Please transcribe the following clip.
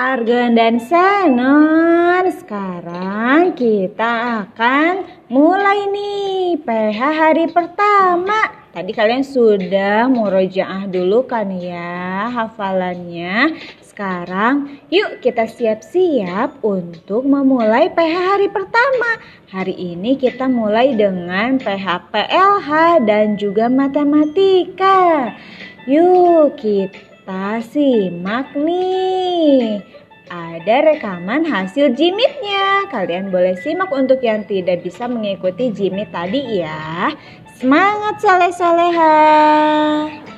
Argon dan Senon, sekarang kita akan mulai nih PH hari pertama. Tadi kalian sudah murojaah dulu kan ya hafalannya. Sekarang yuk kita siap-siap untuk memulai PH hari pertama. Hari ini kita mulai dengan PH PLH dan juga matematika. Yuk kita simak nih. Ada rekaman hasil jimitnya. Kalian boleh simak untuk yang tidak bisa mengikuti jimit tadi ya. Semangat soleh-soleha.